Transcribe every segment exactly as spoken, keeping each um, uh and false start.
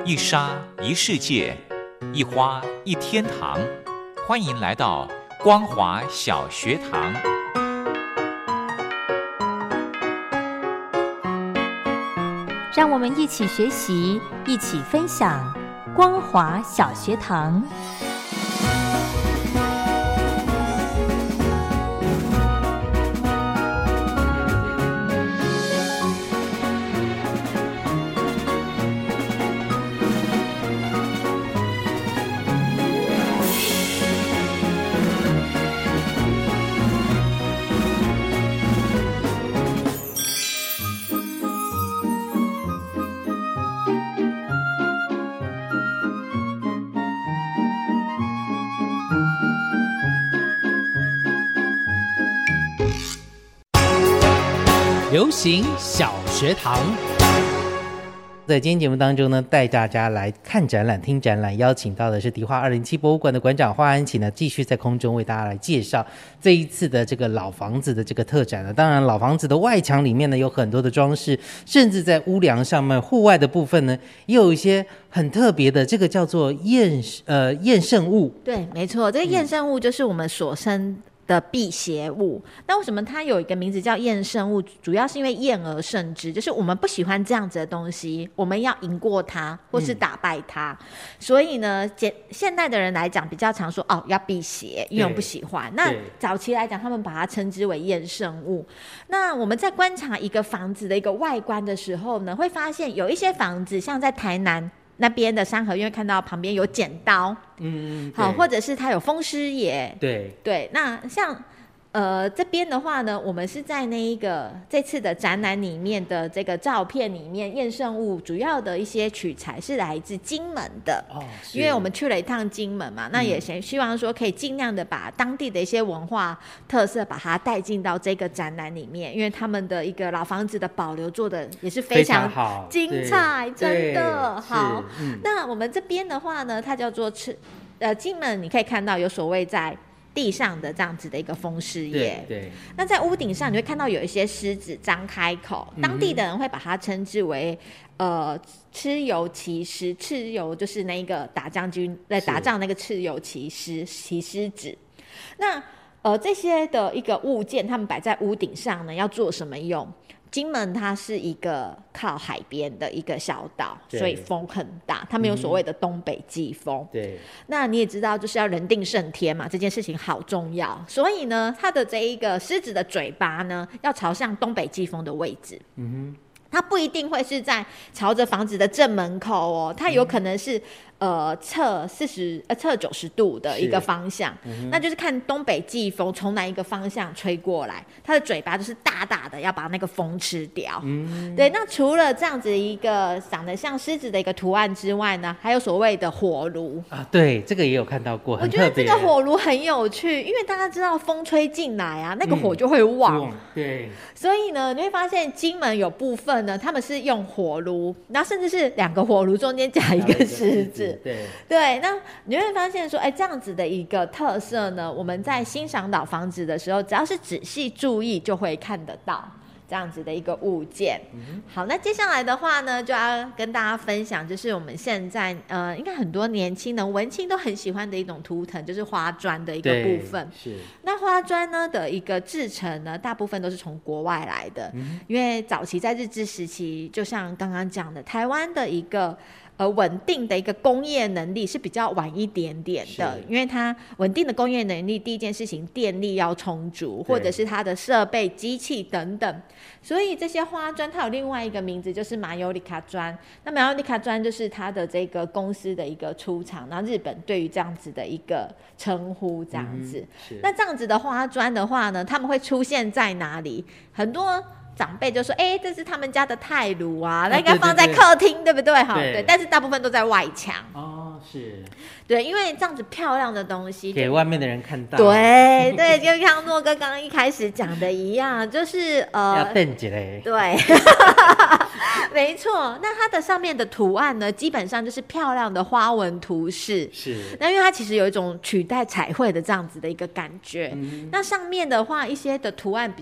一沙一世界，一花一天堂。欢迎来到光华小学堂。 让我们一起学习，一起分享光华小学堂。 流行小学堂，在今天节目当中呢，带大家来看展览、听展览，邀请到的是迪化二零七博物馆的馆长华安琪呢，继续在空中为大家来介绍这一次的这个老房子的这个特展了。当然，老房子的外墙里面呢有很多的装饰，甚至在屋梁上面、户外的部分呢，也有一些很特别的，这个叫做验呃验圣物。 对，没错，这个验圣物就是我们所生的辟邪物。那为什么它有一个名字叫验圣物？主要是因为验而圣之，就是我们不喜欢这样子的东西，我们要赢过它或是打败它、嗯、所以呢现代的人来讲比较常说哦要辟邪，因为我们不喜欢。那早期来讲他们把它称之为验圣物。那我们在观察一个房子的一个外观的时候呢，会发现有一些房子像在台南那边的三合院，看到旁边有剪刀，嗯，好，或者是它有风师爷， 对对。那像呃这边的话呢，我们是在那一个这次的展览里面的这个照片里面，验圣物主要的一些取材是来自金门的，哦，因为我们去了一趟金门嘛，那也希望说可以尽量的把当地的一些文化特色把它带进到这个展览里面，因为他们的一个老房子的保留做的也是非常精彩，真的好、嗯。那我们这边的话呢，它叫做呃金门，你可以看到有所谓在地上的这样子的一个风狮爷，对对。那在屋顶上你会看到有一些狮子张开口，当地的人会把它称之为呃蚩尤骑狮，蚩尤就是那个打将军在打仗那个蚩尤骑狮骑狮子。那呃这些的一个物件，他们摆在屋顶上呢，要做什么用？金门它是一个靠海边的一个小岛，所以风很大，他们有所谓的东北季风、嗯、对。那你也知道就是要人定胜天嘛，这件事情好重要，所以呢它的这一个狮子的嘴巴呢要朝向东北季风的位置，嗯哼，它不一定会是在朝着房子的正门口哦，它有可能是、嗯、呃侧四十呃侧九十度的一个方向、嗯、那就是看东北季风从哪一个方向吹过来，它的嘴巴就是大大的要把那个风吃掉、嗯、对。那除了这样子一个长得像狮子的一个图案之外呢，还有所谓的火炉啊，对，这个也有看到过， 我觉得这个火炉很有趣，因为大家知道风吹进来啊，那个火就会旺、嗯、对，所以呢你会发现金门有部分呢他们是用火炉，然后甚至是两个火炉中间夹一个狮子，对对。那你会发现说哎，这样子的一个特色呢，我们在欣赏老房子的时候只要是仔细注意就会看得到这样子的一个物件、嗯、好，那接下来的话呢就要跟大家分享，就是我们现在呃，应该很多年轻人文青都很喜欢的一种图腾，就是花砖的一个部分。是，那花砖呢的一个制成呢大部分都是从国外来的、嗯、因为早期在日治时期，就像刚刚讲的，台湾的一个呃，稳定的一个工业能力是比较晚一点点的，因为它稳定的工业能力，第一件事情电力要充足，或者是它的设备机器等等，所以这些花砖它有另外一个名字，就是马尤里卡砖。那马尤里卡砖就是它的这个公司的一个出厂，然后日本对于这样子的一个称呼这样子、嗯、那这样子的花砖的话呢，他们会出现在哪里？很多长辈就说哎、欸，这是他们家的泰炉啊，那应该放在客厅、啊、对, 对, 对, 对不对？好，对，但是大部分都在外墙哦，是，对，因为这样子漂亮的东西给外面的人看到， 对对，就像诺哥刚刚一开始讲的一样，就是呃， 要瞪起来， 对，没错。那它的上面的图案呢，基本上就是漂亮的花纹图示，是。那因为它其实有一种取代彩绘的这样子的一个感觉，嗯、那上面的话一些的图案比较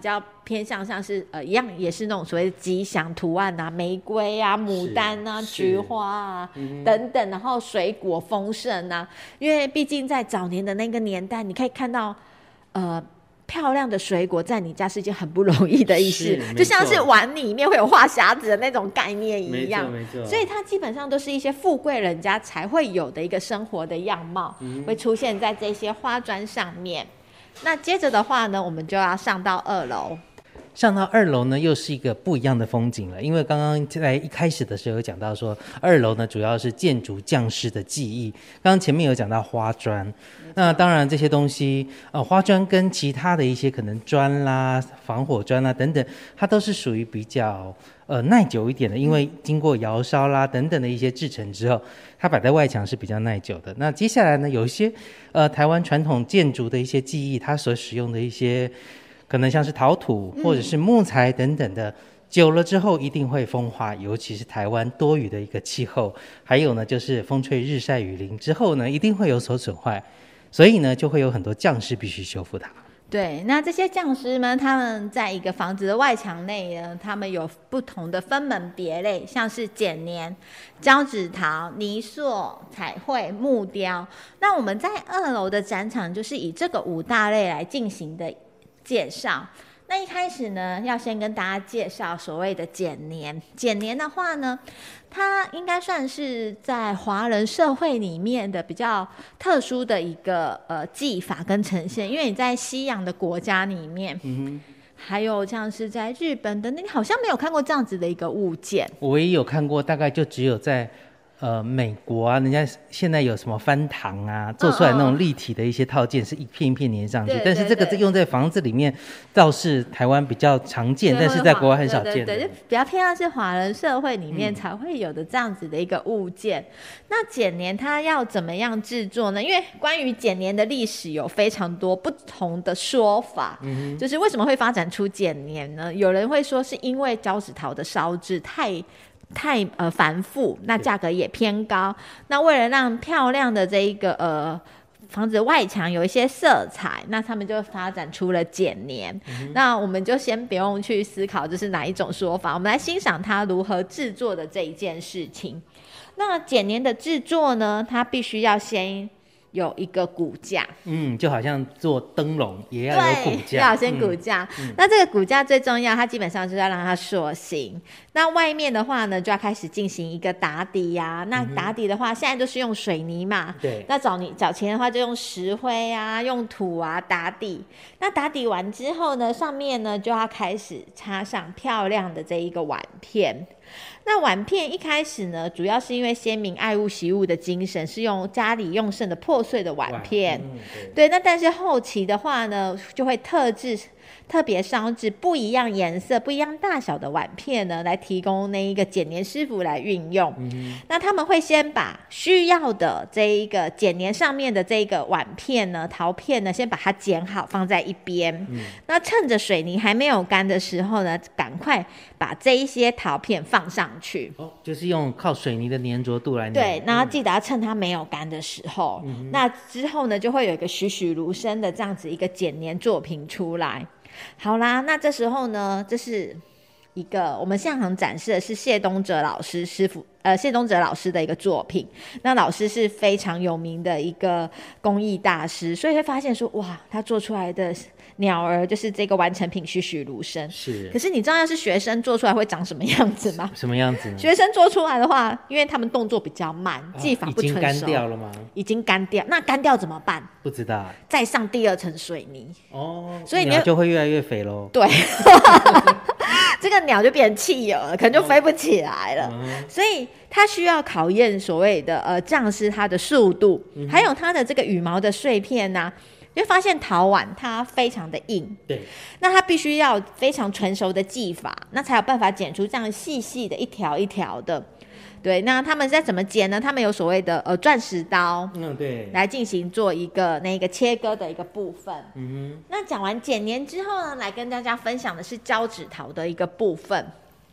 偏向像是呃一样，也是那种所谓的吉祥图案啊，玫瑰啊、牡丹啊、菊花啊、嗯、等等，然后水果丰盛啊，因为毕竟在早年的那个年代，你可以看到呃。漂亮的水果在你家是一件很不容易的一事，就像是碗里面会有话匣子的那种概念一样，没错没错。所以它基本上都是一些富贵人家才会有的一个生活的样貌，嗯、会出现在这些花砖上面。那接着的话呢，我们就要上到二楼。 上到二楼呢，又是一个不一样的风景了。因为刚刚在一开始的时候有讲到说，二楼呢主要是建筑匠师的技艺。刚刚前面有讲到花砖，那当然这些东西，呃，花砖跟其他的一些可能砖啦、防火砖啦等等，它都是属于比较呃耐久一点的，因为经过窑烧啦等等的一些制成之后，它摆在外墙是比较耐久的。那接下来呢，有一些呃台湾传统建筑的一些技艺，它所使用的一些。可能像是陶土或者是木材等等的、嗯、久了之后一定会风化，尤其是台湾多雨的一个气候，还有呢就是风吹日晒雨淋之后呢一定会有所损坏，所以呢就会有很多匠师必须修复它。 对，那这些匠师们他们在一个房子的外墙内呢，他们有不同的分门别类，像是剪黏、胶纸陶、泥塑、彩绘、木雕。那我们在二楼的展场就是以这个五大类来进行的介绍。那一开始呢，要先跟大家介绍所谓的剪黏。剪黏的话呢，它应该算是在华人社会里面的比较特殊的一个呃技法跟呈现，因为你在西洋的国家里面，嗯哼，还有像是在日本的，你好像没有看过这样子的一个物件。 我也有看过，大概就只有在呃，美国啊，人家现在有什么翻糖啊，做出来那种立体的一些套件，是一片一片粘上去。但是这个用在房子里面，倒是台湾比较常见，但是在国外很少见的。 对对对，就比较偏向是华人社会里面才会有的这样子的一个物件。嗯、那剪黏它要怎么样制作呢？因为关于剪黏的历史有非常多不同的说法。嗯、就是为什么会发展出剪黏呢？有人会说是因为胶纸陶的烧制太。太呃繁复，那价格也偏高。那为了让漂亮的这一个呃房子外墙有一些色彩，那他们就发展出了剪黏。嗯、那我们就先不用去思考这是哪一种说法，我们来欣赏它如何制作的这一件事情。那剪黏的制作呢，它必须要先有一个骨架， 嗯，就好像做灯笼也要有骨架， 对，要先骨架。嗯、那这个骨架最重要，它基本上就是要让它塑形。那外面的话呢，就要开始进行一个打底呀、啊。那打底的话，嗯、现在都是用水泥嘛，对。那早你早前的话就用石灰啊，用土啊打底。那打底完之后呢，上面呢就要开始插上漂亮的这一个碗片。那碗片一开始呢，主要是因为先民爱物惜物的精神，是用家里用剩的破碎的碗片。嗯、对, 对，那但是后期的话呢，就会特制特别烧制不一样颜色、不一样大小的碗片呢，来提供那一个剪黏师傅来运用。嗯、那他们会先把需要的这一个剪黏上面的这一个碗片呢、陶片呢，先把它剪好放在一边。嗯、那趁着水泥还没有干的时候呢，赶快把这一些陶片放上去。 哦，就是用靠水泥的粘着度来粘。 对，然后记得要趁它没有干的时候，嗯、那之后呢，就会有一个栩栩如生的这样子一个剪黏作品出来。好啦，那这时候呢，这是一个我们现场展示的是谢东哲老师师傅，呃，谢东哲老师的一个作品。那老师是非常有名的一个工艺大师，所以会发现说，哇，他做出来的鸟儿就是这个完成品栩栩如生。是。可是你知道要是学生做出来会长什么样子吗？ 什么样子呢？ 学生做出来的话，因为他们动作比较慢，技法不成熟， 已经干掉了吗？ 已经干掉。那干掉怎么办？ 不知道。再上第二层水泥。 哦。所以鸟就会越来越肥咯。 对。这个鸟就变成汽油了，可能就飞不起来了。哦、所以它需要考验所谓的呃匠师它的速度，嗯、还有它的这个羽毛的碎片呐、啊。你会发现陶碗它非常的硬，对，那它必须要非常纯熟的技法，那才有办法剪出这样细细的一条一条的。对，那他们在怎么剪呢？他们有所谓的呃钻石刀，嗯，对，来进行做一个那个切割的一个部分。嗯哼。那讲完剪黏之后呢，来跟大家分享的是胶纸陶的一个部分。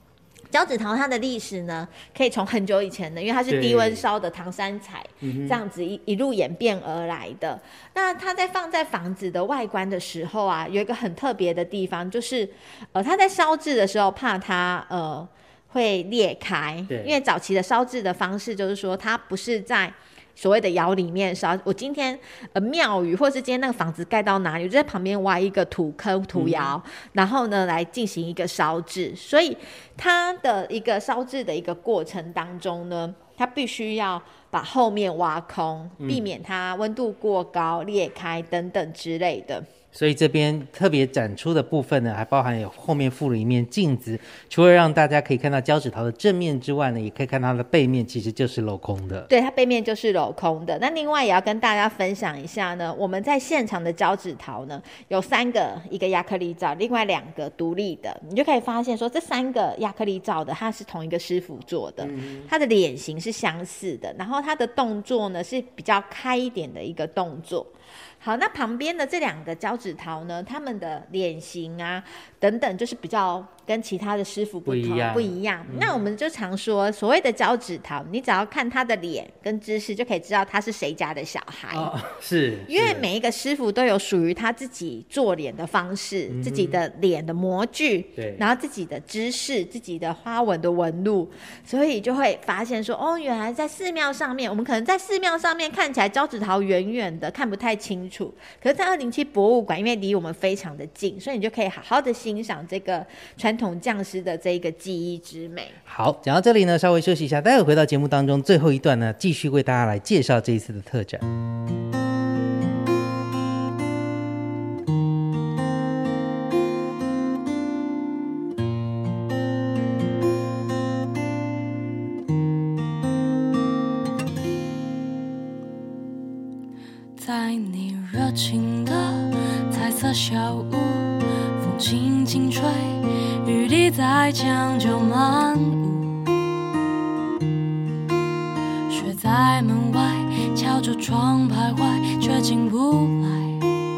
交趾陶它的历史呢，可以从很久以前的，因为它是低温烧的唐三彩，这样子 一, 一路演变而来的。那它在放在房子的外观的时候啊，有一个很特别的地方，就是呃，它在烧制的时候怕它呃会裂开，因为早期的烧制的方式就是说，它不是在所谓的窑里面烧，我今天呃庙宇或是今天那个房子盖到哪里，我就在旁边挖一个土坑土窑、嗯、然后呢来进行一个烧制。所以它的一个烧制的一个过程当中呢，它必须要把后面挖空，避免它温度过高裂开等等之类的。 所以这边特别展出的部分呢，还包含有后面附了一面镜子，除了让大家可以看到交趾陶的正面之外呢，也可以看到它的背面其实就是镂空的。 对，它背面就是镂空的。那另外也要跟大家分享一下呢，我们在现场的交趾陶呢有三个，一个亚克力罩，另外两个独立的。你就可以发现说，这三个亚克力罩的它是同一个师傅做的、嗯、它的脸型是相似的，然后它的动作呢是比较开一点的一个动作。好，那旁边的这两个交趾陶呢，他们的脸型啊等等，就是比较跟其他的师傅不同，不一样。不一样嗯、那我们就常说，所谓的交趾陶，你只要看他的脸跟姿势，就可以知道他是谁家的小孩。 哦、是， 因为每一个师傅都有属于他自己做脸的方式，嗯、自己的脸的模具，对，然后自己的姿势，自己的花纹的纹路，所以就会发现说，哦，原来在寺庙上面，我们可能在寺庙上面看起来交趾陶远远的，看不太清楚。可是在二零七博物馆，因为离我们非常的近，所以你就可以好好的欣赏这个传统匠师的这一个技艺之美。 好，讲到这里呢，稍微休息一下，待会回到节目当中最后一段呢，继续为大家来介绍这一次的特展。 在你热情的彩色小屋，风轻轻吹，雨滴在墙角漫舞，雪在门外敲着窗徘徊，却进不来，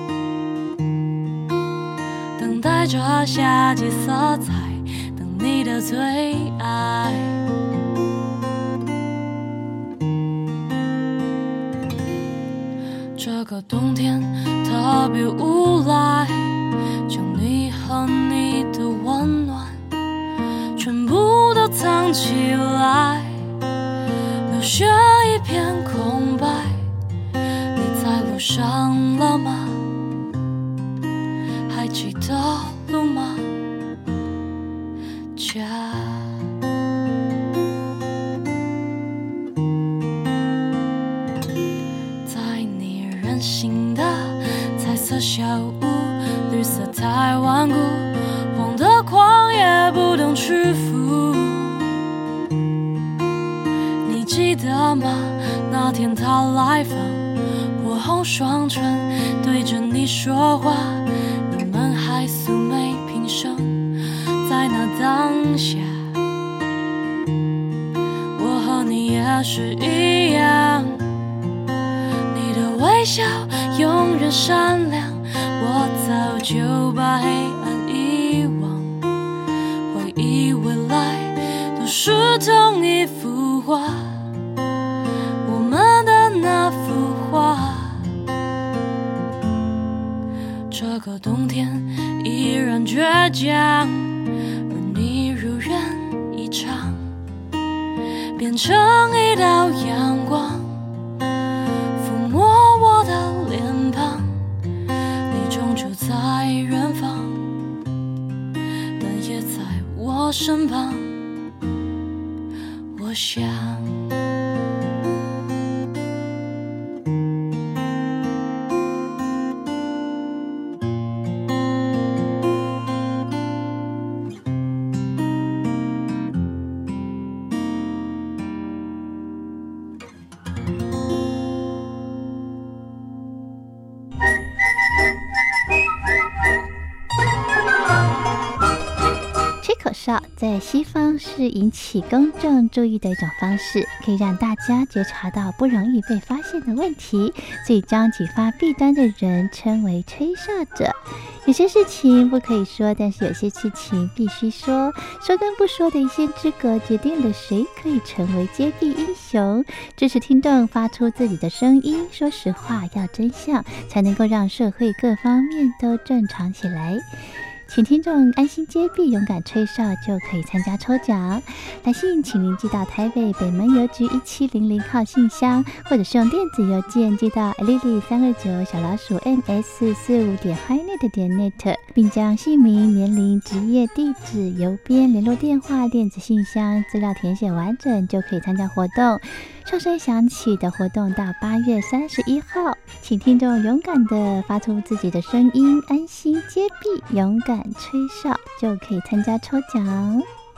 等待着夏季色彩，等你的最爱。这个冬天特别无赖，将你和你的温暖全部都藏起来，留下一片空白。你在路上了吗？还记得路吗？家新的彩色小屋，绿色太顽固，黄的旷野不懂屈服。你记得吗？那天他来访，火红双唇对着你说话，你们还素昧平生。在那当下，我和你也是一样，微笑永远闪亮，我早就把黑暗遗忘，回忆未来都是同一幅画，我们的那幅画。这个冬天依然倔强，而你如愿以偿，变成一道阳光，在远方，但也在我身旁。我想绍在西方是引起公众注意的一种方式，可以让大家觉察到不容易被发现的问题，所以将举发弊端的人称为吹哨者。有些事情不可以说，但是有些事情必须说，说跟不说的一线之隔，决定了谁可以成为揭弊英雄。支持听众发出自己的声音，说实话，要真相，才能够让社会各方面都正常起来。请听众安心接币，勇敢吹哨就可以参加抽奖。来信请您寄到台北北门邮局一七零零号信箱，或者是用电子邮件寄到 lily 三二九小老鼠 ms 四五点 highnet 点 net， 并将姓名、年龄、职业、地址、邮编、联络电话、电子信箱资料填写完整，就可以参加活动。哨声响起的活动到八月三十一号，请听众勇敢地发出自己的声音，安心接币，勇敢吹哨，就可以参加抽奖。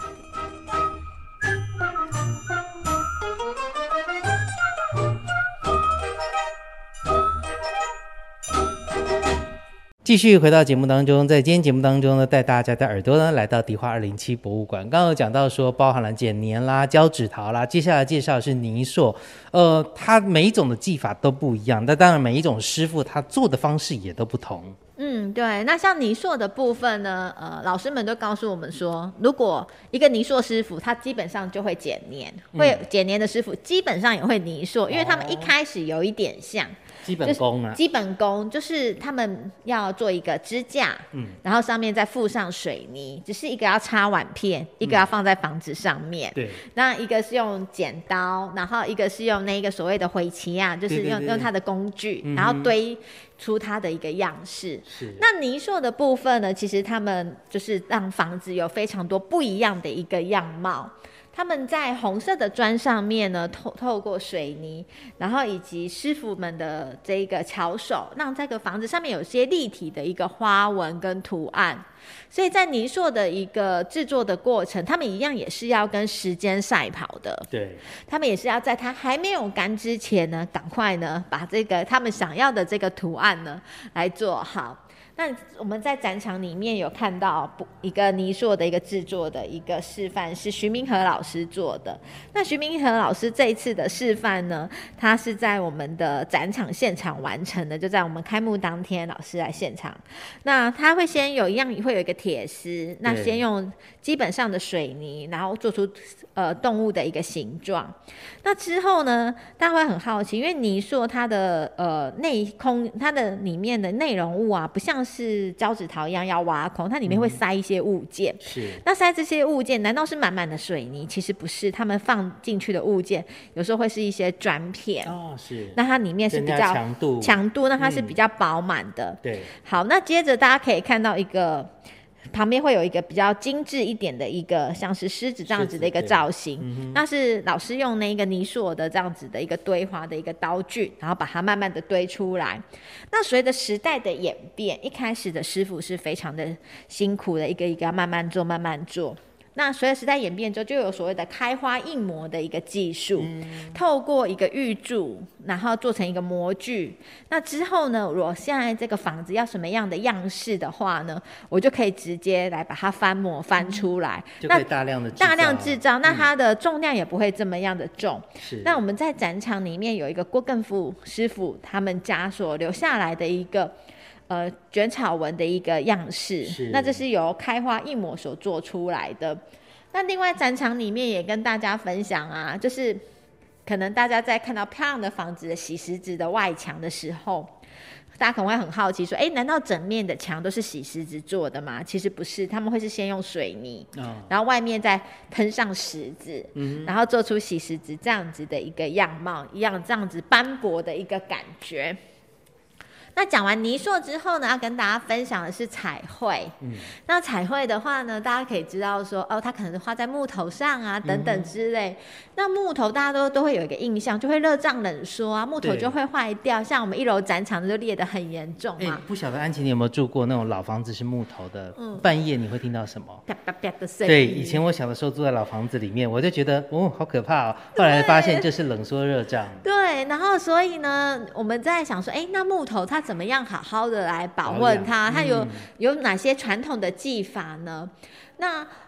继续回到节目当中，在今天节目当中呢，带大家的耳朵呢来到迪化二零七博物馆。刚刚有讲到说，包含了剪黏啦、胶纸陶啦，接下来介绍的是泥塑。呃，它每一种的技法都不一样，但当然每一种师傅他做的方式也都不同。 嗯，对。那像泥塑的部分呢，呃，老师们都告诉我们说，如果一个泥塑师傅，他基本上就会剪黏，嗯、会剪黏的师傅基本上也会泥塑，因为他们一开始有一点像。 基本功啊， 基本功就是他们要做一个支架，嗯，然后上面再附上水泥，只是一个要插碗片，嗯、一个要放在房子上面，对，那一个是用剪刀，然后一个是用那个所谓的回旗啊，就是用对对对用它的工具，嗯、然后堆出它的一个样式。是，那泥塑的部分呢，其实他们就是让房子有非常多不一样的一个样貌。他们在红色的砖上面呢，透透过水泥，然后以及师傅们的这个巧手，让这个房子上面有些立体的一个花纹跟图案。所以在泥塑的一个制作的过程，他们一样也是要跟时间赛跑的。对，他们也是要在它还没有干之前呢，赶快呢把这个他们想要的这个图案呢来做好。那我们在展场里面有看到一个泥塑的一个制作的一个示范，是徐明和老师做的。那徐明和老师这一次的示范呢，他是在我们的展场现场完成的，就在我们开幕当天，老师来现场。那他会先有一样会有一个铁丝，那先用基本上的水泥，然后做出呃动物的一个形状。那之后呢，大家会很好奇，因为泥塑它的呃内空，它的里面的内容物啊，不像是胶纸陶一样要挖空，它里面会塞一些物件。嗯、是。那塞这些物件，难道是满满的水泥？其实不是，他们放进去的物件有时候会是一些砖片。哦，是。那它里面是比较强度，强度，那它是比较饱满的。嗯、对。好，那接着大家可以看到一个。旁边会有一个比较精致一点的一个像是狮子这样子的一个造型，嗯、那是老师用那个泥塑的这样子的一个堆花的一个刀具，然后把它慢慢的堆出来。那随着时代的演变，一开始的师傅是非常的辛苦的，一个一个要慢慢做慢慢做。那随着时代演变之后，就有所谓的开花印模的一个技术，嗯、透过一个玉柱，然后做成一个模具。那之后呢，如果现在这个房子要什么样的样式的话呢，我就可以直接来把它翻模翻出来，嗯、就可以大量的大量制造，那它的重量也不会这么样的重。是、嗯。那我们在展场里面有一个郭更富师傅他们家所留下来的一个。呃，卷草纹的一个样式，那这是由开花印模所做出来的。那另外展场里面也跟大家分享啊，就是可能大家在看到漂亮的房子的洗石子的外墙的时候，大家可能会很好奇说，哎，难道整面的墙都是洗石子做的吗？其实不是，他们会是先用水泥，哦、然后外面再喷上石子，嗯、然后做出洗石子这样子的一个样貌，一样这样子斑驳的一个感觉。那讲完泥塑之后呢，要跟大家分享的是彩绘。嗯，那彩绘的话呢，大家可以知道说，哦，它可能是画在木头上啊，等等之类。嗯、那木头大家都都会有一个印象，就会热胀冷缩啊，木头就会坏掉。像我们一楼展场就裂得很严重嘛。 不晓得安琪你有没有住过那种老房子是木头的？嗯，半夜你会听到什么？ 啪啪啪的声音。 对，以前我小的时候住在老房子里面，我就觉得哦，好可怕哦。后来发现就是冷缩热胀。 对，然后所以呢，我们在想说，哎，那木头它怎么样好好的来保护它？它有、嗯、有哪些传统的技法呢？那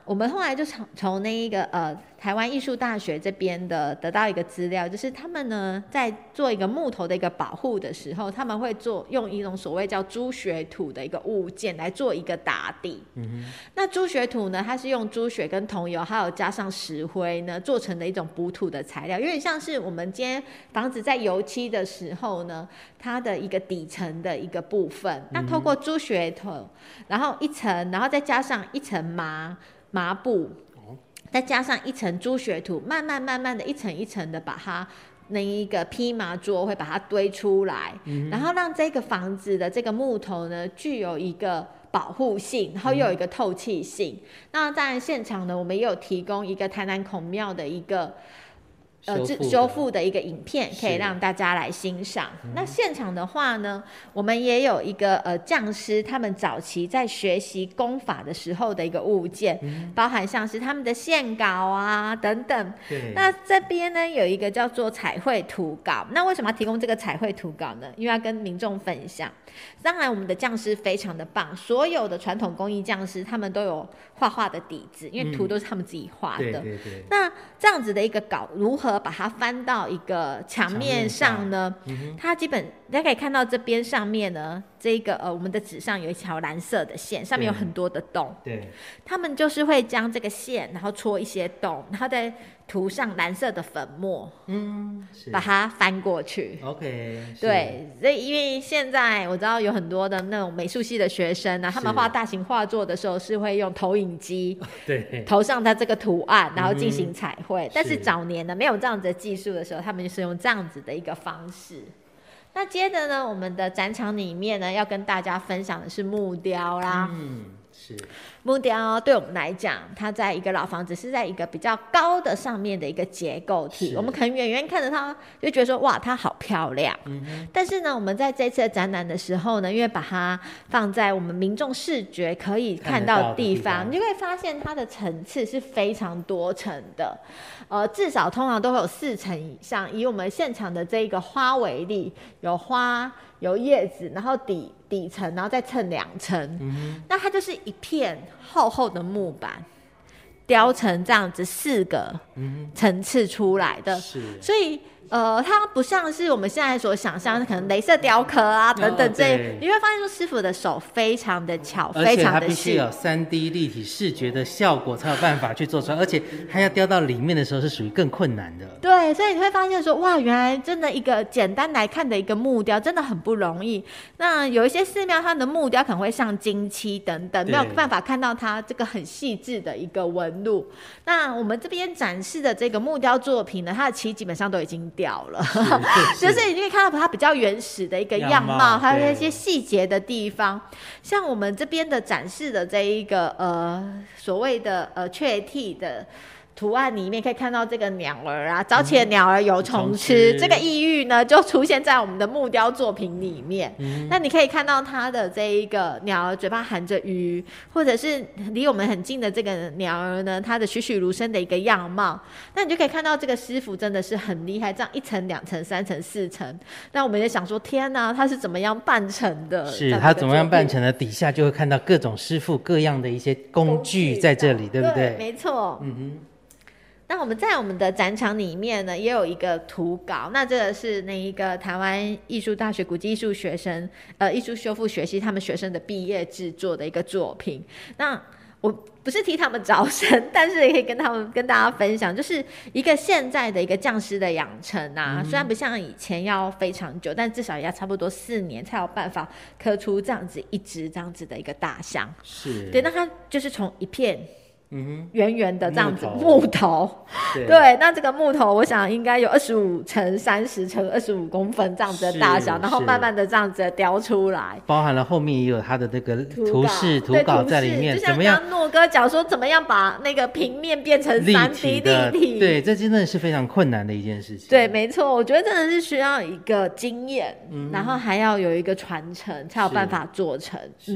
我们后来就从从那一个呃台湾艺术大学这边的得到一个资料，就是他们呢在做一个木头的一个保护的时候，他们会做用一种所谓叫猪血土的一个物件来做一个打底。嗯、那猪血土呢，它是用猪血跟桐油还有加上石灰呢做成的一种补土的材料，有点像是我们今天房子在油漆的时候呢，它的一个底层的一个部分。那透过猪血土，然后一层，然后再加上一层麻麻布。再加上一层猪血土，慢慢慢慢的一层一层的把它那一个披麻桌会把它堆出来、嗯、然后让这个房子的这个木头呢具有一个保护性，然后又有一个透气性、嗯、那在现场呢我们也有提供一个台南孔庙的一个呃，修复的一个影片可以让大家来欣赏、嗯、那现场的话呢我们也有一个呃匠师他们早期在学习工法的时候的一个物件、嗯、包含像是他们的线稿啊等等。那这边呢有一个叫做彩绘图稿，那为什么要提供这个彩绘图稿呢？因为要跟民众分享。当然我们的匠师非常的棒，所有的传统工艺匠师他们都有画画的底子，因为图都是他们自己画的、嗯、对对对。那这样子的一个稿如何把它翻到一个墙面上呢？嗯、它基本大家可以看到这边上面呢，这个呃我们的纸上有一条蓝色的线，上面有很多的洞。对，他们就是会将这个线，然后戳一些洞，然后再涂上蓝色的粉末，嗯，把它翻过去。OK， 对，所以因为现在我知道有很多的那种美术系的学生啊，他们画大型画作的时候是会用投影机对投上它这个图案，然后进行彩绘、嗯、但是早年呢没有这样子的技术的时候，他们就是用这样子的一个方式。那接着呢我们的展场里面呢要跟大家分享的是木雕啦。嗯，是木雕对我们来讲，它在一个老房子是在一个比较高的上面的一个结构体，我们可能远远看着它就觉得说哇它好漂亮、嗯、但是呢我们在这次的展览的时候呢，因为把它放在我们民众视觉可以看到的地方，你就会发现它的层次是非常多层的，呃，至少通常都会有四层以上。以我们现场的这个花为例，有花有叶子，然后底底层，然后再衬两层、嗯、那它就是一片厚厚的木板雕成这样子四个层次出来的、嗯、所以呃，它不像是我们现在所想象的可能雷射雕刻啊等等这、哦、你会发现说师傅的手非常的巧，非常的细，而且它必须有 三 D 立体视觉的效果才有办法去做出来，而且它要雕到里面的时候是属于更困难的。对，所以你会发现说哇原来真的一个简单来看的一个木雕真的很不容易。那有一些寺庙它的木雕可能会上金漆等等，没有办法看到它这个很细致的一个纹路。那我们这边展示的这个木雕作品呢，它的漆基本上都已经掉了，是是就是你可以看到它比较原始的一个样貌，还有一些细节的地方。像我们这边的展示的这一个呃所谓的呃雀替的图案里面可以看到这个鸟儿啊，早起的鸟儿有虫吃、嗯、这个意喻呢就出现在我们的木雕作品里面、嗯、那你可以看到它的这一个鸟儿嘴巴含着鱼，或者是离我们很近的这个鸟儿呢它的栩栩如生的一个样貌，那你就可以看到这个师傅真的是很厉害，这样一层两层三层四层，那我们也想说天哪他是怎么样办成的，是他怎么样办成的，底下就会看到各种师傅各样的一些工具在这里，对不对？对，没错。嗯哼。那我们在我们的展场里面呢也有一个图稿，那这个是那一个台湾艺术大学古迹艺术学生呃艺术修复学系他们学生的毕业制作的一个作品。那我不是替他们招生，但是也可以跟他们跟大家分享，就是一个现在的一个匠师的养成啊、嗯、虽然不像以前要非常久，但至少也要差不多四年才有办法刻出这样子一只这样子的一个大象。是对，那它就是从一片嗯，圆圆的这样子木头, 木头 对, 对，那这个木头我想应该有二十五乘三十乘二十五公分这样子的大小，然后慢慢的这样子的雕出来，包含了后面也有它的这个图示图稿在里面，就像刚刚诺哥讲说怎么样把那个平面变成 三 D 立体，对，这真的是非常困难的一件事情。对，没错，我觉得真的是需要一个经验、嗯、然后还要有一个传承才有办法做成。是、嗯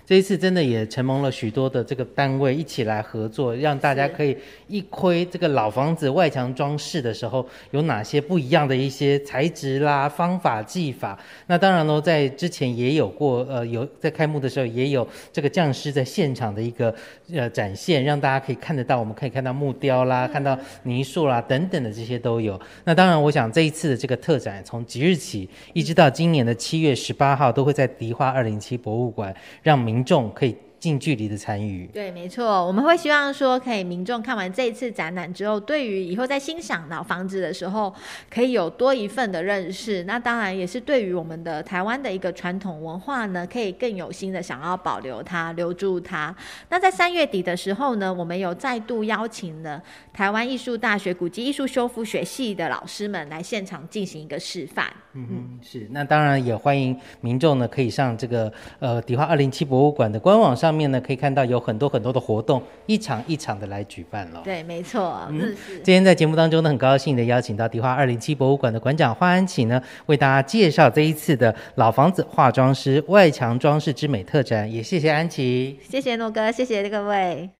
这一次真的也承蒙了许多的这个单位一起来合作，让大家可以一窥这个老房子外墙装饰的时候有哪些不一样的一些材质啦、方法技法。那当然咯，在之前也有过呃有在开幕的时候也有这个匠师在现场的一个呃展现，让大家可以看得到，我们可以看到木雕啦、看到泥塑啦等等的这些都有。那当然我想这一次的这个特展从即日起一直到今年的七月十八号都会在迪化二零七博物馆让民众可以近距离的参与。 对，没错，我们会希望说可以民众看完这一次展览之后，对于以后在欣赏老房子的时候可以有多一份的认识，那当然也是对于我们的台湾的一个传统文化呢可以更有心的想要保留它留住它。那在三月底的时候呢，我们有再度邀请了台湾艺术大学古迹艺术修复学系的老师们来现场进行一个示范。 嗯嗯，是。那当然也欢迎民众呢可以上这个呃迪化二零七博物馆的官网上面呢，可以看到有很多很多的活动，一场一场的来举办了。 对，没错。嗯， 今天在节目当中呢，很高兴的邀请到迪化二零七博物馆的馆长花安琪呢，为大家介绍这一次的老房子化妆师外墙装饰之美特展。也谢谢安琪， 谢谢诺哥，谢谢各位。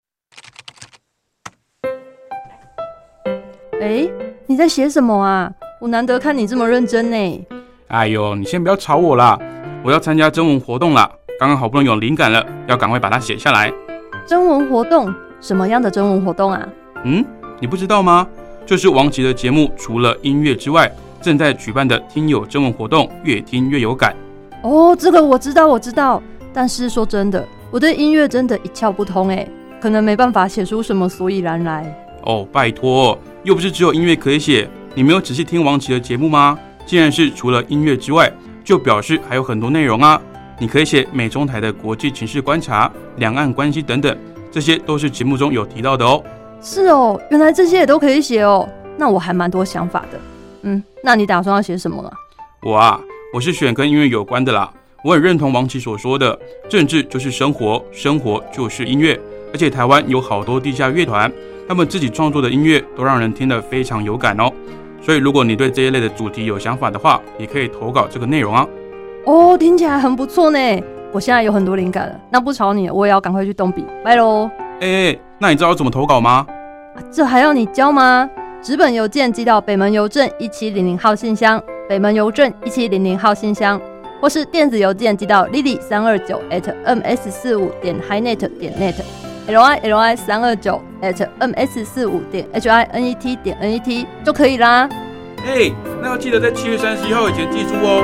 哎，你在写什么啊？我难得看你这么认真呢。 哎呦，你先不要吵我啦，我要参加征文活动啦，刚刚好不容易有灵感了，要赶快把它写下来。 征文活动？什么样的征文活动啊？ 嗯，你不知道吗？就是王琦的节目除了音乐之外，正在举办的听友征文活动，越听越有感。 哦，这个我知道我知道，但是说真的，我对音乐真的一窍不通哎，可能没办法写出什么所以然来。 哦，拜托，又不是只有音乐可以写，你没有仔细听王琦的节目吗？既然是除了音乐之外，就表示还有很多内容啊。你可以写美中台的国际情势观察、两岸关系等等，这些都是节目中有提到的哦。 是哦，原来这些也都可以写哦，那我还蛮多想法的。嗯，那你打算要写什么啊？ 我啊，我是选跟音乐有关的啦。我很认同王琦所说的，政治就是生活，生活就是音乐。而且台湾有好多地下乐团，他们自己创作的音乐都让人听得非常有感哦。所以如果你对这一类的主题有想法的话，也可以投稿这个内容啊。 哦，听起来很不错呢，我现在有很多灵感了。那不吵你，我也要赶快去动笔，拜喽。 哎、欸，那你知道怎么投稿吗？ 啊，这还要你教吗？纸本邮件寄到北门邮政一七零零号信箱，北门邮政一七零零号信箱，或是电子邮件寄到 lily 三二九 at m s 四五点 highnet 点 net。L I L I 三二九 at M S 四五点 H I N E T 点 N E T 就可以啦。 哎、欸，那要记得在七月三十一号以前寄出哦。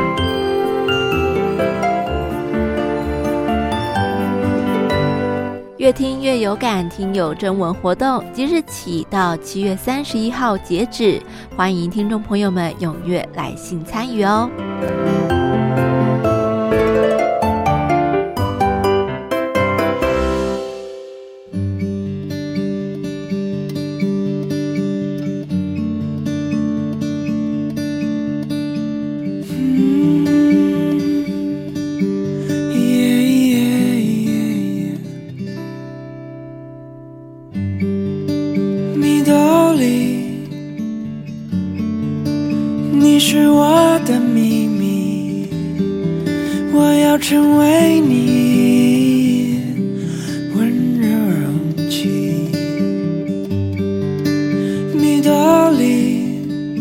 越听越有感，听友征文活动即日起到七月三十一号截止，欢迎听众朋友们踊跃来信参与哦。 你是我的秘密，我要成为你温热容器。米多里，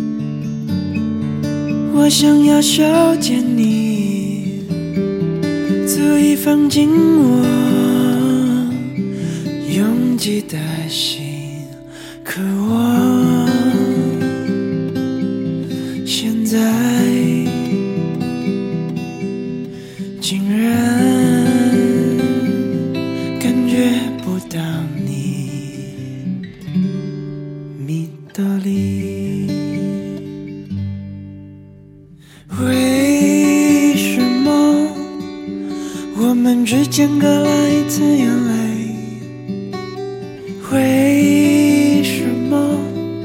我想要修剪你，足以放进我拥挤的心，可我现在竟然感觉不到你，米多里。为什么我们之间隔了一层眼泪？为什么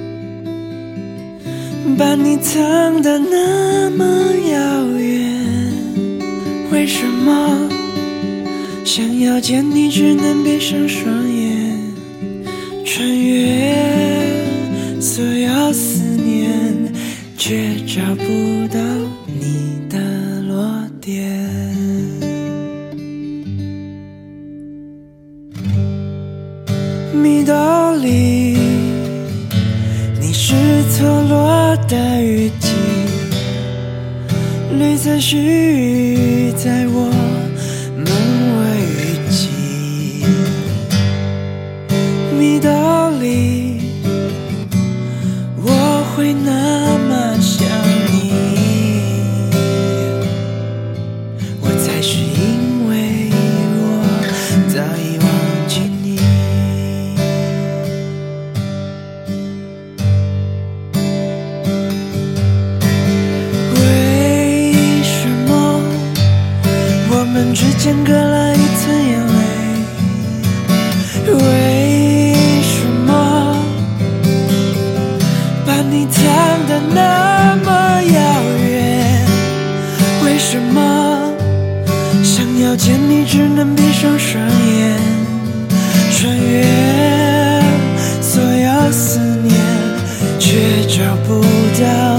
把你藏得那么遥远？为什么想要见你只能闭上双眼？穿越所有思念，却找不到你的落点。 错落的雨季，绿色絮语在我门外雨季，迷到里我会那么想你，我猜是因为我早已忘记你。为什么我们之间隔了一层眼泪？为什么把你藏得那么遥远？为什么想要见你只能闭上双眼？穿越所有思念，却找不到